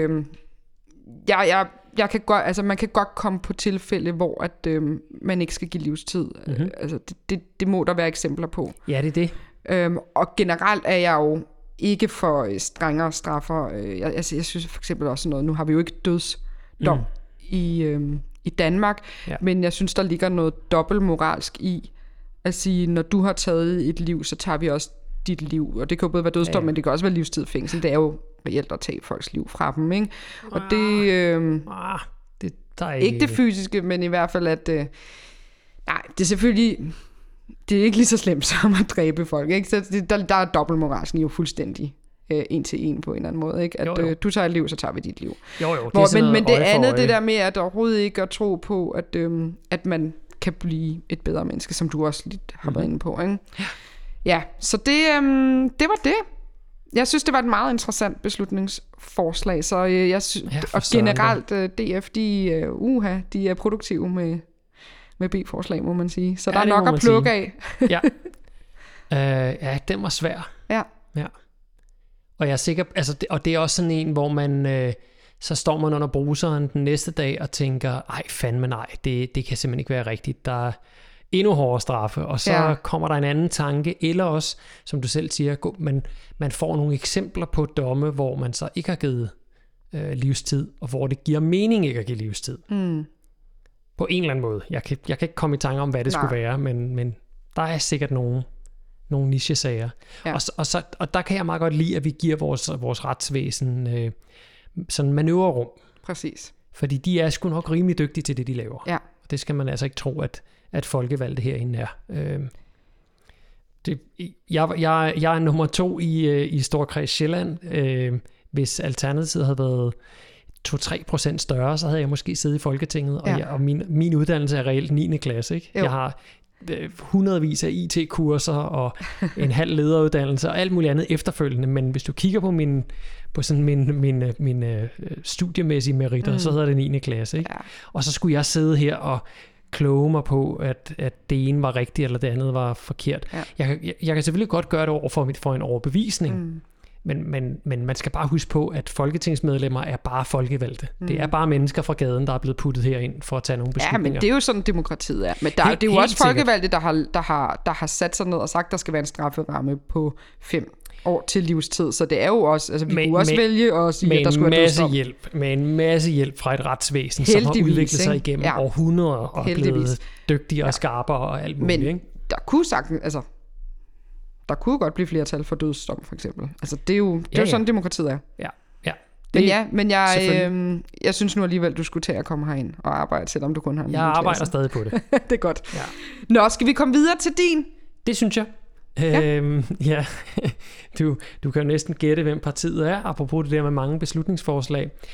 Speaker 3: jeg kan godt, altså man kan godt komme på tilfælde, hvor at man ikke skal give livstid. Altså det må der være eksempler på. Ja, det er det. Og generelt er jeg jo ikke for strengere straffer. Jeg synes for eksempel også noget, nu har vi jo ikke dødsdom i Danmark, men jeg synes, der ligger noget dobbeltmoralsk i at sige, når du har taget et liv, så tager vi også dit liv. Og det kan jo både være dødsdom, men det kan også være livstid fængsel. Det er jo reelt at tage folks liv fra dem, ikke? Og det der ikke det fysiske, men i hvert fald at nej, det er selvfølgelig det er ikke lige så slemt som at dræbe folk, ikke? Så der er dobbeltmoralsen jo fuldstændig en til en på en eller anden måde, ikke? At jo. Du tager et liv, så tager vi dit liv.
Speaker 2: Jo, det
Speaker 3: men det andet, det der med at overhovedet ikke at tro på, at man kan blive et bedre menneske, som du også lidt har været inde på, ikke? Ja, så det var det. Jeg synes, det var et meget interessant beslutningsforslag, så og generelt DF, de er produktive med B-forslag, må man sige. Så der er nok at plukke af.
Speaker 2: Ja, den var svær. Ja. Og jeg er sikker, altså, og det er også sådan en, hvor man, så står man under bruseren den næste dag og tænker, ej fandme nej, det kan simpelthen ikke være rigtigt. Der er endnu hårdere straffe, og så kommer der en anden tanke, eller også, som du selv siger, man får nogle eksempler på domme, hvor man så ikke har givet livstid, og hvor det giver mening ikke at give livstid. På en eller anden måde. Jeg kan ikke komme i tanke om, hvad det skulle være, men der er sikkert nogle nichesager. Ja. Og der kan jeg meget godt lide, at vi giver vores retsvæsen sådan manøvrerum. Præcis. Fordi de er sgu nok rimelig dygtige til det, de laver. Ja. Og det skal man altså ikke tro, at folkevalgte herinde er. Jeg er nummer 2 i Storkreds Sjælland. Hvis Alternativet havde været 2-3% større, så havde jeg måske siddet i Folketinget, og min uddannelse er reelt 9. klasse. Ikke? Jeg har hundredvis af IT-kurser og en halv lederuddannelse og alt muligt andet efterfølgende, men hvis du kigger på min studiemæssige meritter, så hedder det 9. klasse. Ikke? Ja. Og så skulle jeg sidde her og kloge mig på, at det ene var rigtigt, eller det andet var forkert. Ja. Jeg kan selvfølgelig godt gøre det over for en overbevisning, men man skal bare huske på, at folketingsmedlemmer er bare folkevalgte. Det er bare mennesker fra gaden, der er blevet puttet herind for at tage nogle beslutninger. Ja, men det er jo sådan, demokratiet er. Men det er jo også folkevalgte, der har sat sig ned og sagt, der skal være en strafferamme på 5 år til livstid. Så det er jo også, altså vi kunne også vælge at sige, at der skulle være dødsdom. Med en masse hjælp fra et retsvæsen, som har udviklet sig igennem århundreder og er blevet dygtigere og skarpere og alt muligt. Men der kunne sagtens, altså der kunne godt blive flertal for dødsdom, for eksempel. Altså, det er jo sådan, demokratiet er. Ja. Men jeg synes nu alligevel, du skulle tage at komme herind og arbejde, selvom du kun har en Jeg arbejder stadig på det. Det er godt. Ja. Nå, skal vi komme videre til din? Det synes jeg. Du kan jo næsten gætte, hvem partiet er, apropos det der med mange beslutningsforslag.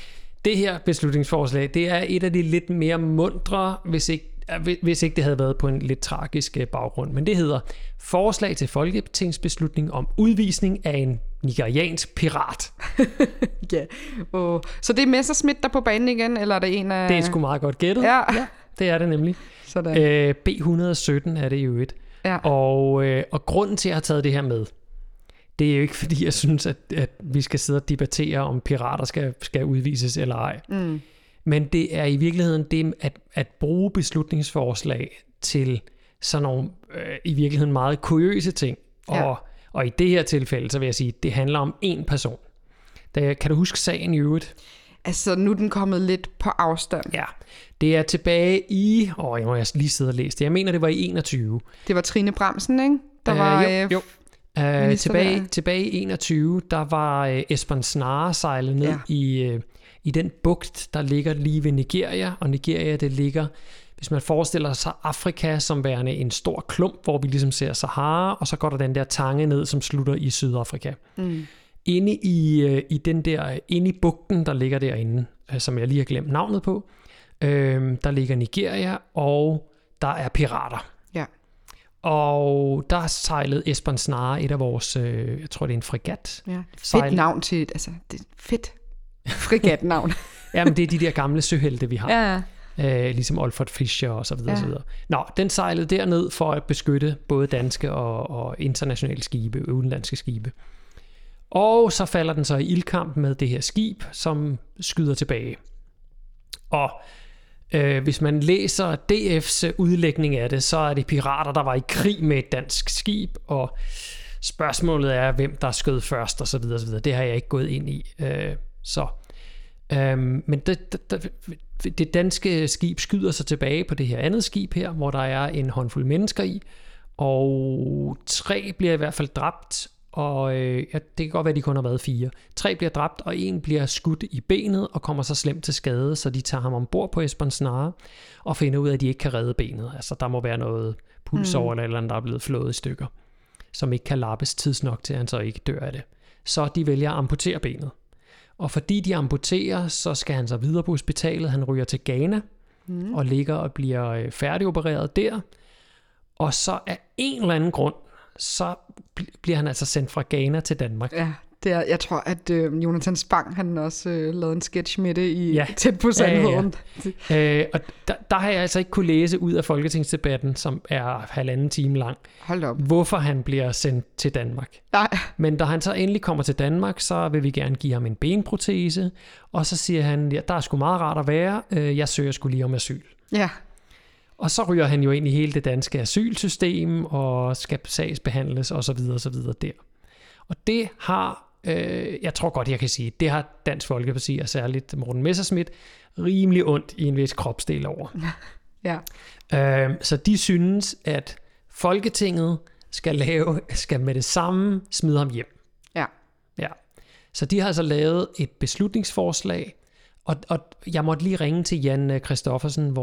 Speaker 2: det her beslutningsforslag, det er et af de lidt mere mundre, hvis ikke det havde været på en lidt tragisk baggrund. Men det hedder Forslag til folketingsbeslutning om udvisning af en nigeriansk pirat.
Speaker 3: Ja. Så det er Messerschmidt, der er på banen igen, eller er det en af...
Speaker 2: Det er sgu meget godt gættet.
Speaker 3: Ja.
Speaker 2: Det er det nemlig.
Speaker 3: Sådan.
Speaker 2: B117 er det jo et.
Speaker 3: Ja.
Speaker 2: Og grunden til, at jeg har taget det her med, det er jo ikke, fordi jeg synes, at vi skal sidde og debattere, om pirater skal udvises eller ej. Mm. Men det er i virkeligheden det, at bruge beslutningsforslag til sådan nogle i virkeligheden meget kuriøse ting. Og i det her tilfælde, så vil jeg sige, at det handler om én person. Kan du huske sagen i øvrigt?
Speaker 3: Altså, nu er den kommet lidt på afstand.
Speaker 2: Ja, det er tilbage i... jeg må lige sidde og læse det. Jeg mener, det var i 21.
Speaker 3: Det var Trine Bramsen, ikke? Der var...
Speaker 2: Jo. Tilbage i 21, der var Esbern Snare sejlet ned i den bugt, der ligger lige ved Nigeria. Og Nigeria, det ligger, hvis man forestiller sig Afrika som værende en stor klump, hvor vi ligesom ser Sahara, og så går der den der tange ned, som slutter i Sydafrika. Mm. Inde i bugten, der ligger derinde, som jeg lige har glemt navnet på, der ligger Nigeria, og der er pirater. Ja. Og der sejlede Esbern Snare, et af vores, jeg tror det er en fregat. Ja,
Speaker 3: fedt navn til, altså det er fedt fregatnavn.
Speaker 2: Jamen det er de der gamle søhelte, vi har. Ja. Ligesom Olfert Fischer og så videre, og så videre. Nå, den sejlede derned for at beskytte både danske og internationale skibe, udenlandske skibe. Og så falder den så i ildkamp med det her skib, som skyder tilbage. Og hvis man læser DF's udlægning af det, så er det pirater, der var i krig med et dansk skib, og spørgsmålet er, hvem der skød først, og så videre, så videre. Det har jeg ikke gået ind i. Men det danske skib skyder sig tilbage på det her andet skib her, hvor der er en håndfuld mennesker i, og 3 bliver i hvert fald dræbt, og det kan godt være, at de kun har været 4. 3 bliver dræbt, og 1 bliver skudt i benet og kommer så slemt til skade, så de tager ham ombord på Esbern Snare og finder ud af, at de ikke kan redde benet. Altså, der må være noget pulsår eller andet, der er blevet flået i stykker, som ikke kan lappes tidsnok til, at han så ikke dør af det. Så de vælger at amputere benet. Og fordi de amputerer, så skal han så videre på hospitalet. Han ryger til Ghana og ligger og bliver færdigopereret der. Og så af en eller anden grund, så bliver han altså sendt fra Ghana til Danmark.
Speaker 3: Ja, jeg tror, at Jonathan Spang, han også lavede en sketch med det i Tæt på sandheden.
Speaker 2: Ja. Og der har jeg altså ikke kunne læse ud af folketingsdebatten, som er 1,5 time lang, hvorfor han bliver sendt til Danmark.
Speaker 3: Nej.
Speaker 2: Men da han så endelig kommer til Danmark, så vil vi gerne give ham en benprotese, og så siger han, der er sgu meget rart at være, jeg søger sgu lige om asyl. Ja. Og så ryger han jo ind i hele det danske asylsystem, og skal sagsbehandles, og så videre der. Og det har, jeg tror godt, jeg kan sige, det har Dansk Folkeparti, og særligt Morten Messerschmidt, rimelig ondt i en vis kropsdel over. Ja. Så de synes, at Folketinget skal med det samme smide ham hjem. Ja. Så de har altså lavet et beslutningsforslag, og jeg måtte lige ringe til Jan Kristoffersen,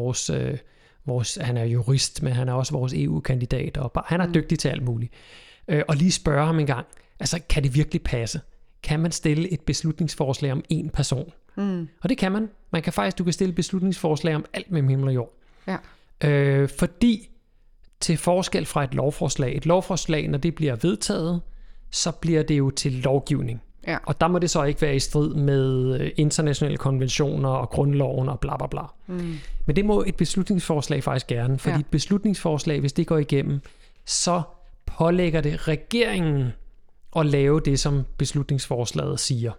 Speaker 2: han er jurist, men han er også vores EU-kandidat, og han er dygtig til alt muligt. Og lige spørge ham en gang, altså kan det virkelig passe? Kan man stille et beslutningsforslag om en person? Og det kan man. Du kan stille beslutningsforslag om alt mellem himmel og jord. Ja. Fordi til forskel fra et lovforslag, når det bliver vedtaget, så bliver det jo til lovgivning. Ja. Og der må det så ikke være i strid med internationale konventioner og grundloven og bla bla bla. Men det må et beslutningsforslag faktisk gerne, fordi et beslutningsforslag, hvis det går igennem, så pålægger det regeringen at lave det, som beslutningsforslaget siger.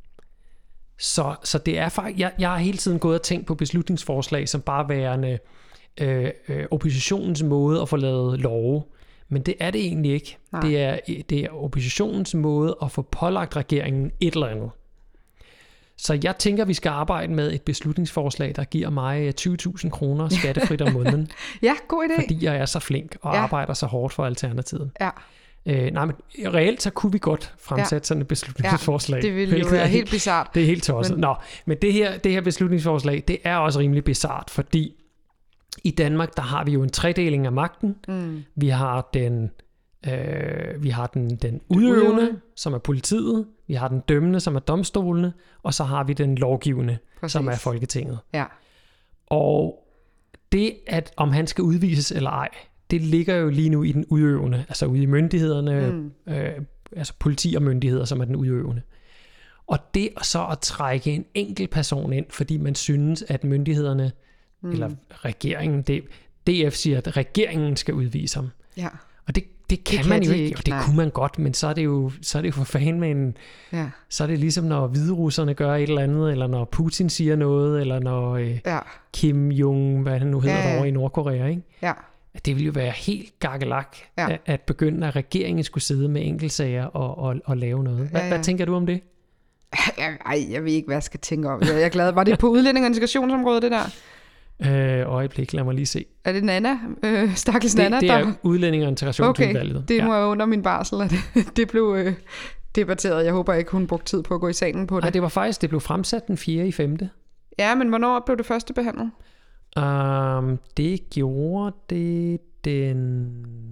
Speaker 2: Så det er faktisk, jeg har hele tiden gået og tænkt på beslutningsforslag som bare værende oppositionens måde at få lavet love. Men det er det egentlig ikke. Det er oppositionens måde at få pålagt regeringen et eller andet. Så jeg tænker, vi skal arbejde med et beslutningsforslag, der giver mig 20.000 kroner skattefrit om måneden.
Speaker 3: Ja, god idé.
Speaker 2: Fordi jeg er så flink og arbejder så hårdt for Alternativet. Ja. Men reelt så kunne vi godt fremsætte sådan et beslutningsforslag.
Speaker 3: Ja, det ville jo være helt bizart.
Speaker 2: Det er helt tosset. Men det her beslutningsforslag, det er også rimelig bizart, fordi i Danmark, der har vi jo en tredeling af magten. Vi har den Vi har den udøvende, som er politiet. Vi har den dømmende, som er domstolene. Og så har vi den lovgivende, som er Folketinget.
Speaker 3: Ja.
Speaker 2: Og det, at om han skal udvises eller ej, det ligger jo lige nu i den udøvende, altså ude i myndighederne, altså politi og myndigheder, som er den udøvende. Og det så at trække en enkelt person ind, fordi man synes, at myndighederne, eller regeringen, DF siger, at regeringen skal udvise ham.
Speaker 3: Ja.
Speaker 2: Og det kan man jo ikke. Det kunne man godt, men så er det jo for fanden med en... Ja. Så er det ligesom, når hviderusserne gør et eller andet, eller når Putin siger noget, eller når Kim Jong, hvad han nu hedder derovre i Nordkorea, ikke? Ja. Det ville jo være helt gakkelak, at begynde, at regeringen skulle sidde med enkeltsager og lave noget. Hvad tænker du om det?
Speaker 3: Jeg ved ikke, hvad jeg skal tænke om. Jeg er glad. Var det på udlænding- og integrationsområdet, det der?
Speaker 2: Øjeblik, lad mig lige se.
Speaker 3: Er det Nana? Stakkels Nana?
Speaker 2: Det er udlænding- og integrationsudvalget.
Speaker 3: Okay, det må jeg under min barsel, at det blev debatteret. Jeg håber ikke, hun brugte tid på at gå i salen på det.
Speaker 2: Nej, det blev fremsat den 4.5.
Speaker 3: Ja, men hvornår blev det første behandlet?
Speaker 2: Det gjorde det den...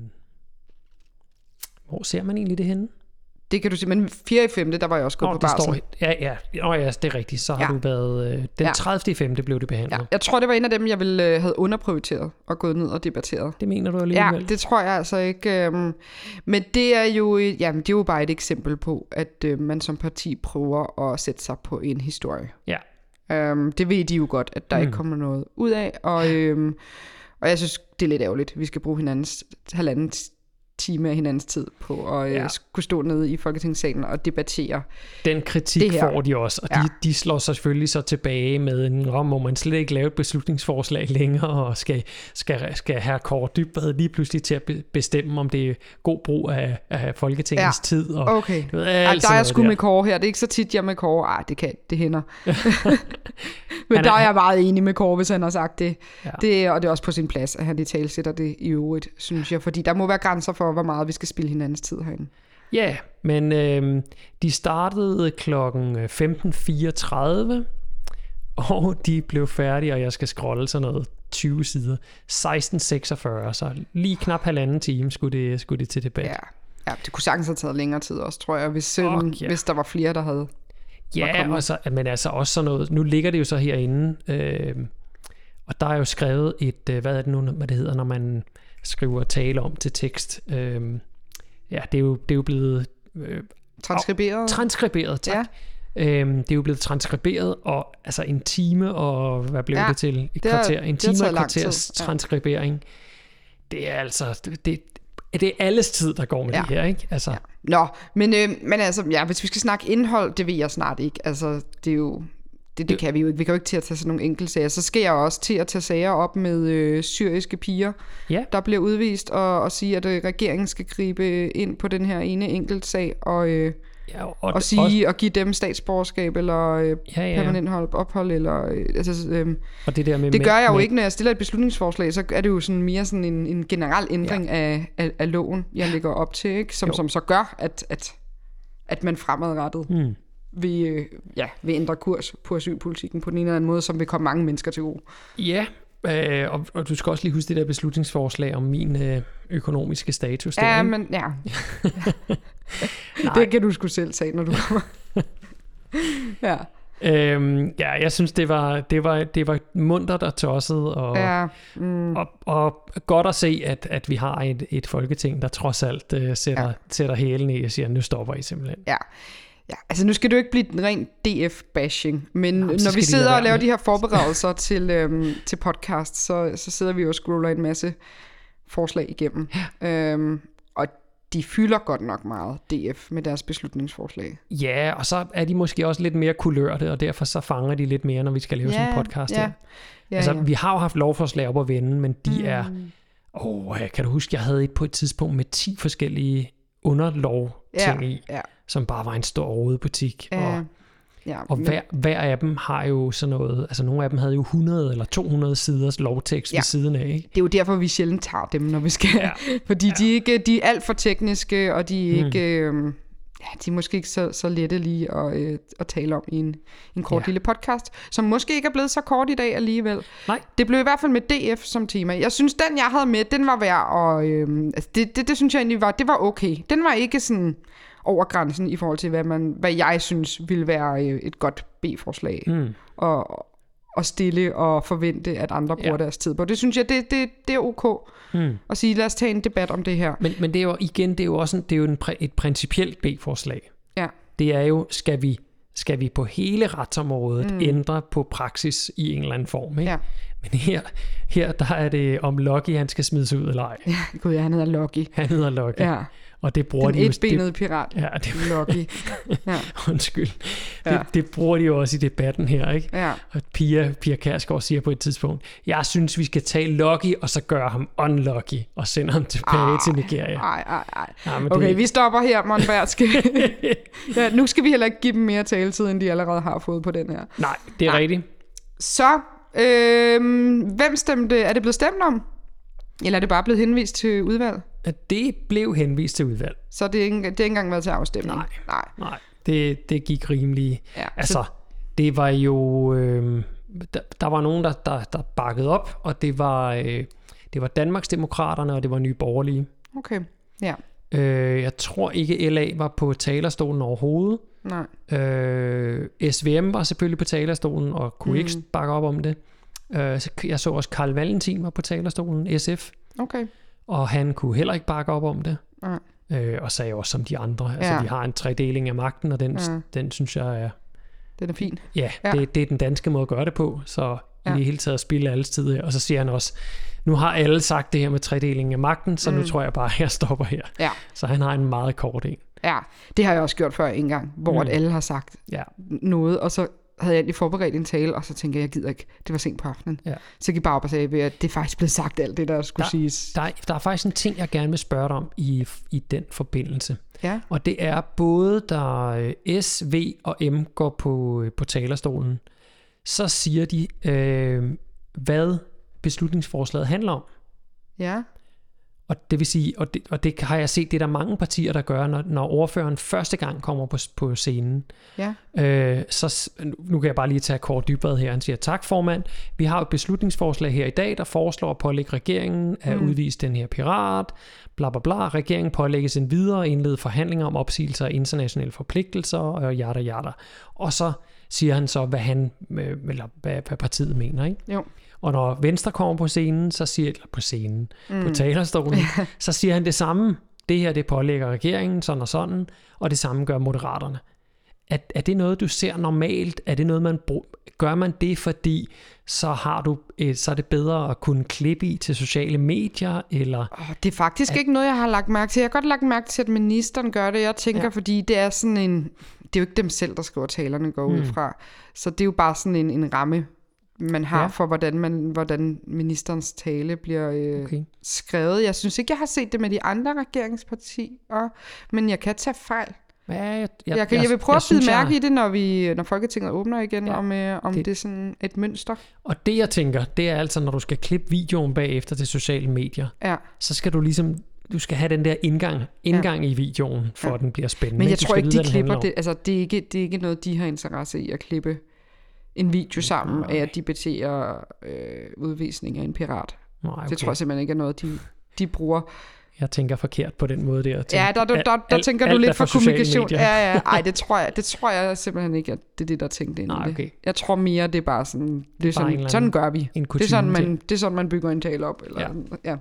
Speaker 2: Hvor ser man egentlig det henne?
Speaker 3: Det kan du sige, men 4.5. der var jeg også gået på barsel.
Speaker 2: Ja, det er rigtigt. Så har du været... Den 30.5. blev det behandlet. Ja.
Speaker 3: Jeg tror, det var en af dem, jeg ville have underprioriteret og gået ned og debatteret.
Speaker 2: Det mener du alligevel?
Speaker 3: Ja, det tror jeg altså ikke. Men det er jo, det er jo bare et eksempel på, at man som parti prøver at sætte sig på en historie. Ja. Det ved de jo godt, at der ikke kommer noget ud af. Og jeg synes, det er lidt ærgerligt. Vi skal bruge hinandens halvanden time af hinandens tid på at skulle stå nede i Folketingssalen og debattere.
Speaker 2: Den kritik får de også, og de slår sig selvfølgelig så tilbage med en må man slet ikke lave et beslutningsforslag længere, og skal have Kaare Dybvad lige pludselig til at bestemme, om det er god brug af Folketingets tid. Og,
Speaker 3: okay. Der er jeg sgu med Kaare her. Det er ikke så tit, jeg med Kaare. Det hænder. Men der er jeg meget enig med Kaare, hvis han har sagt det. Ja. Og det er også på sin plads, at han i tale sætter det i øvrigt, synes jeg. Fordi der må være grænser for, hvor meget vi skal spille hinandens tid herinde.
Speaker 2: Ja, men de startede klokken 15.34, og de blev færdige, og jeg skal scrolle sådan noget 20 sider. 16.46, så lige knap halvanden time skulle det til debat.
Speaker 3: Ja, det kunne sagtens have taget længere tid også, tror jeg, hvis der var flere, der havde...
Speaker 2: Ja, men altså også sådan noget... Nu ligger det jo så herinde, og der er jo skrevet hvad er det nu, hvad det hedder, når man skriver tale om til tekst. Det er jo blevet...
Speaker 3: transkriberet.
Speaker 2: Transkriberet, tak. Ja. Det er jo blevet transkriberet, og altså en time, og hvad blev det til? Et kvarter. En time og et kvarters transkribering. Det er altså... Det er alles tid, der går med det her, ikke? Altså. Ja.
Speaker 3: Nå, men altså, hvis vi skal snakke indhold, det ved jeg snart ikke. Altså, det er jo... Det kan vi jo ikke. Vi kan jo ikke til at tage sådan nogle enkeltsager. Så skal jeg også til at tage sager op med syriske piger, der bliver udvist, og sige, at regeringen skal gribe ind på den her ene enkeltsag, og sige, og give dem statsborgerskab, eller permanent ophold, eller...
Speaker 2: og det der med...
Speaker 3: Det gør jeg jo ikke, når jeg stiller et beslutningsforslag, så er det jo sådan mere sådan en generel ændring af loven, jeg lægger op til, ikke? Som så gør, at man fremadrettet... vil ændre kurs på asylpolitikken på den ene eller anden måde, som vil komme mange mennesker til gode.
Speaker 2: Ja, og du skal også lige huske det der beslutningsforslag om min økonomiske status.
Speaker 3: Ja, men det kan du sgu selv tage, når du kommer.
Speaker 2: Jeg synes, det var muntert og tosset, og godt at se, at vi har et folketing, der trods alt sætter hælen i og siger, nu stopper I simpelthen.
Speaker 3: Ja, altså nu skal det jo ikke blive en ren DF-bashing, men når vi sidder og laver de her forberedelser til podcast, så sidder vi jo og scroller en masse forslag igennem. Og de fylder godt nok meget, DF, med deres beslutningsforslag.
Speaker 2: Ja, og så er de måske også lidt mere kulørte, og derfor så fanger de lidt mere, når vi skal lave sådan en podcast her. Vi har jo haft lovforslag op at vende, men de er... kan du huske, jeg havde på et tidspunkt med 10 forskellige underlovting i, som bare var en stor rodebutik. Og hver af dem har jo sådan noget, altså nogle af dem havde jo 100 eller 200 siders lovtekst ved siden af, ikke?
Speaker 3: Det er jo derfor, vi sjældent tager dem, når vi skal, fordi de er alt for tekniske, og de er ikke, Ja, de er måske ikke så lette lige at tale om i en kort lille podcast, som måske ikke er blevet så kort i dag alligevel.
Speaker 2: Nej.
Speaker 3: Det blev i hvert fald med DF som tema. Jeg synes, den jeg havde med, den var værd, og det synes jeg egentlig det var okay. Den var ikke sådan over grænsen i forhold til, hvad jeg synes ville være et godt B-forslag. Og stille og forvente, at andre bruger deres tid på. Det synes jeg, det er ok at sige, lad os tage en debat om det her.
Speaker 2: Men det er jo igen, det er jo også et principielt B-forslag.
Speaker 3: Ja.
Speaker 2: Det er jo, skal vi på hele retsområdet ændre på praksis i en eller anden form, ikke?
Speaker 3: Ja.
Speaker 2: Men her der er det, om Lucky han skal smides ud eller ej.
Speaker 3: Ja, gud, han hedder Lucky.
Speaker 2: Han hedder Lucky.
Speaker 3: Ja.
Speaker 2: Og det bruger
Speaker 3: den etbenede pirat.
Speaker 2: Ja, det
Speaker 3: Lucky. Ja.
Speaker 2: Undskyld. Det bruger de jo også i debatten her, ikke?
Speaker 3: Ja.
Speaker 2: Og Pia Kjærsgaard siger på et tidspunkt, jeg synes, vi skal tage Lucky, og så gøre ham unlucky, og sende ham tilbage til Nigeria.
Speaker 3: Nej.
Speaker 2: Ja,
Speaker 3: okay, vi stopper her, Monberg. Ja, nu skal vi heller ikke give dem mere taletid, end de allerede har fået på den her.
Speaker 2: Nej, det er rigtigt.
Speaker 3: Så, hvem stemte? Er det blevet stemt om? Eller er det bare blevet henvist til udvalg?
Speaker 2: Det blev henvist til udvalg.
Speaker 3: Så det er ikke engang været til afstemning?
Speaker 2: Nej. Det gik rimelig.
Speaker 3: Ja,
Speaker 2: altså, det var jo... der var nogen, der bakkede op, og det var Danmarksdemokraterne, og det var Nye Borgerlige.
Speaker 3: Okay, ja.
Speaker 2: Jeg tror ikke, LA var på talerstolen overhovedet.
Speaker 3: Nej.
Speaker 2: SVM var selvfølgelig på talerstolen, og kunne ikke bakke op om det. Jeg så også Carl Valentin var på talerstolen, SF.
Speaker 3: Okay.
Speaker 2: Og han kunne heller ikke bakke op om det.
Speaker 3: Nej.
Speaker 2: Og sagde også som de andre. Altså, de har en tredeling af magten, og den synes jeg er...
Speaker 3: Den er fin.
Speaker 2: Ja, det er den danske måde at gøre det på. Så i det hele taget spille alles tid her. Og så siger han også, nu har alle sagt det her med tredelingen af magten, så nu tror jeg bare, at jeg stopper her. Ja. Så han har en meget kort en.
Speaker 3: Ja, det har jeg også gjort før en gang, hvor at alle har sagt noget, og så havde jeg lige forberedt en tale, og så tænkte jeg gider ikke. Det var sent på aftenen. Ja. Så gik jeg bare op og sagde, at det er faktisk blevet sagt alt det, der skulle siges. Der er faktisk en ting, jeg gerne vil spørge dig om i den forbindelse. Ja. Og det er både, da S, V og M går på talerstolen, så siger de, hvad beslutningsforslaget handler om. Ja. Og det vil sige, og det har jeg set, det er der mange partier, der gør, når ordføreren første gang kommer på scenen. Ja. Så nu kan jeg bare lige tage kort Dybvad her. Han siger, tak formand, vi har et beslutningsforslag her i dag, der foreslår at pålægge regeringen at udvise den her pirat, bla bla bla. Regeringen pålægges en videre indlede forhandlinger om opsigelse af internationale forpligtelser, og yada. Og så siger han så, hvad partiet mener, ikke? Jo. Og når Venstre kommer på scenen, på talerstolen, så siger han det samme. Det her, det pålægger regeringen, sådan og sådan, og det samme gør Moderaterne. Er det noget, du ser normalt? Er det noget, gør man det, fordi så er det bedre at kunne klippe i til sociale medier? Eller det er faktisk ikke noget, jeg har lagt mærke til. Jeg har godt lagt mærke til, at ministeren gør det. Jeg tænker, fordi det er sådan en... Det er jo ikke dem selv, der skriver talerne går ud fra. Så det er jo bare sådan en ramme, man har for, hvordan ministerens tale bliver skrevet. Jeg synes ikke, jeg har set det med de andre regeringspartier, men jeg kan tage fejl. Ja, jeg vil prøve at bide mærke i det, når Folketinget åbner igen, om det er sådan et mønster.
Speaker 2: Og det, jeg tænker, det er altså, når du skal klippe videoen bagefter til sociale medier, så skal du ligesom... Du skal have den der indgang i videoen, for at den bliver spændende.
Speaker 3: Men jeg tror ikke, de klipper det. Altså, det er ikke noget, de har interesse i at klippe en video sammen af at debattere udvisning af en pirat. Nej, det tror jeg simpelthen ikke er noget, de bruger. Jeg
Speaker 2: tænker forkert på den måde der.
Speaker 3: Der tænker du lidt for kommunikation. Ja. Ej, det tror jeg simpelthen ikke, at det er det, der er tænkt ind i det. Jeg tror mere, det er bare sådan, sådan gør vi. Det er sådan, man bygger en tale op. Eller ja.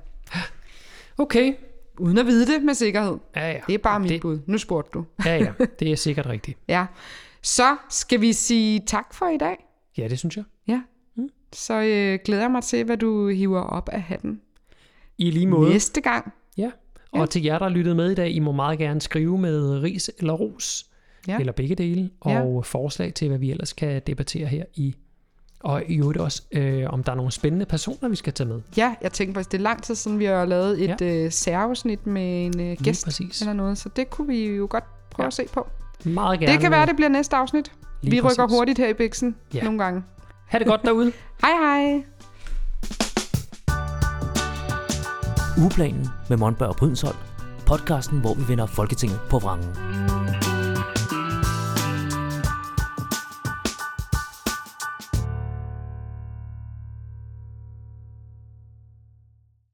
Speaker 2: Okay.
Speaker 3: Uden at vide det med sikkerhed.
Speaker 2: Ja.
Speaker 3: Det er bare mit bud. Nu spurgte du.
Speaker 2: Ja, det er sikkert rigtigt.
Speaker 3: Ja. Så skal vi sige tak for i dag.
Speaker 2: Ja, det synes jeg.
Speaker 3: Ja. Så glæder jeg mig til, hvad du hiver op af hatten.
Speaker 2: I lige måde.
Speaker 3: Næste gang.
Speaker 2: Ja. Og til jer, der lyttede med i dag, I må meget gerne skrive med ris eller ros. Ja. Eller begge dele. Og forslag til, hvad vi ellers kan debattere her i. Og i øvrigt også, om der er nogle spændende personer, vi skal tage med. Ja, jeg tænker faktisk, det er lang tid siden, vi har lavet et særafsnit med en gæst eller noget. Så det kunne vi jo godt prøve at se på. Meget gerne. Det kan være, det bliver næste afsnit. Vi rykker hurtigt her i biksen nogle gange. Ha' det godt derude.
Speaker 3: Hej.
Speaker 1: Ugeplanen med Monberg og Brydensholt. Podcasten, hvor vi vender Folketinget på vrangen.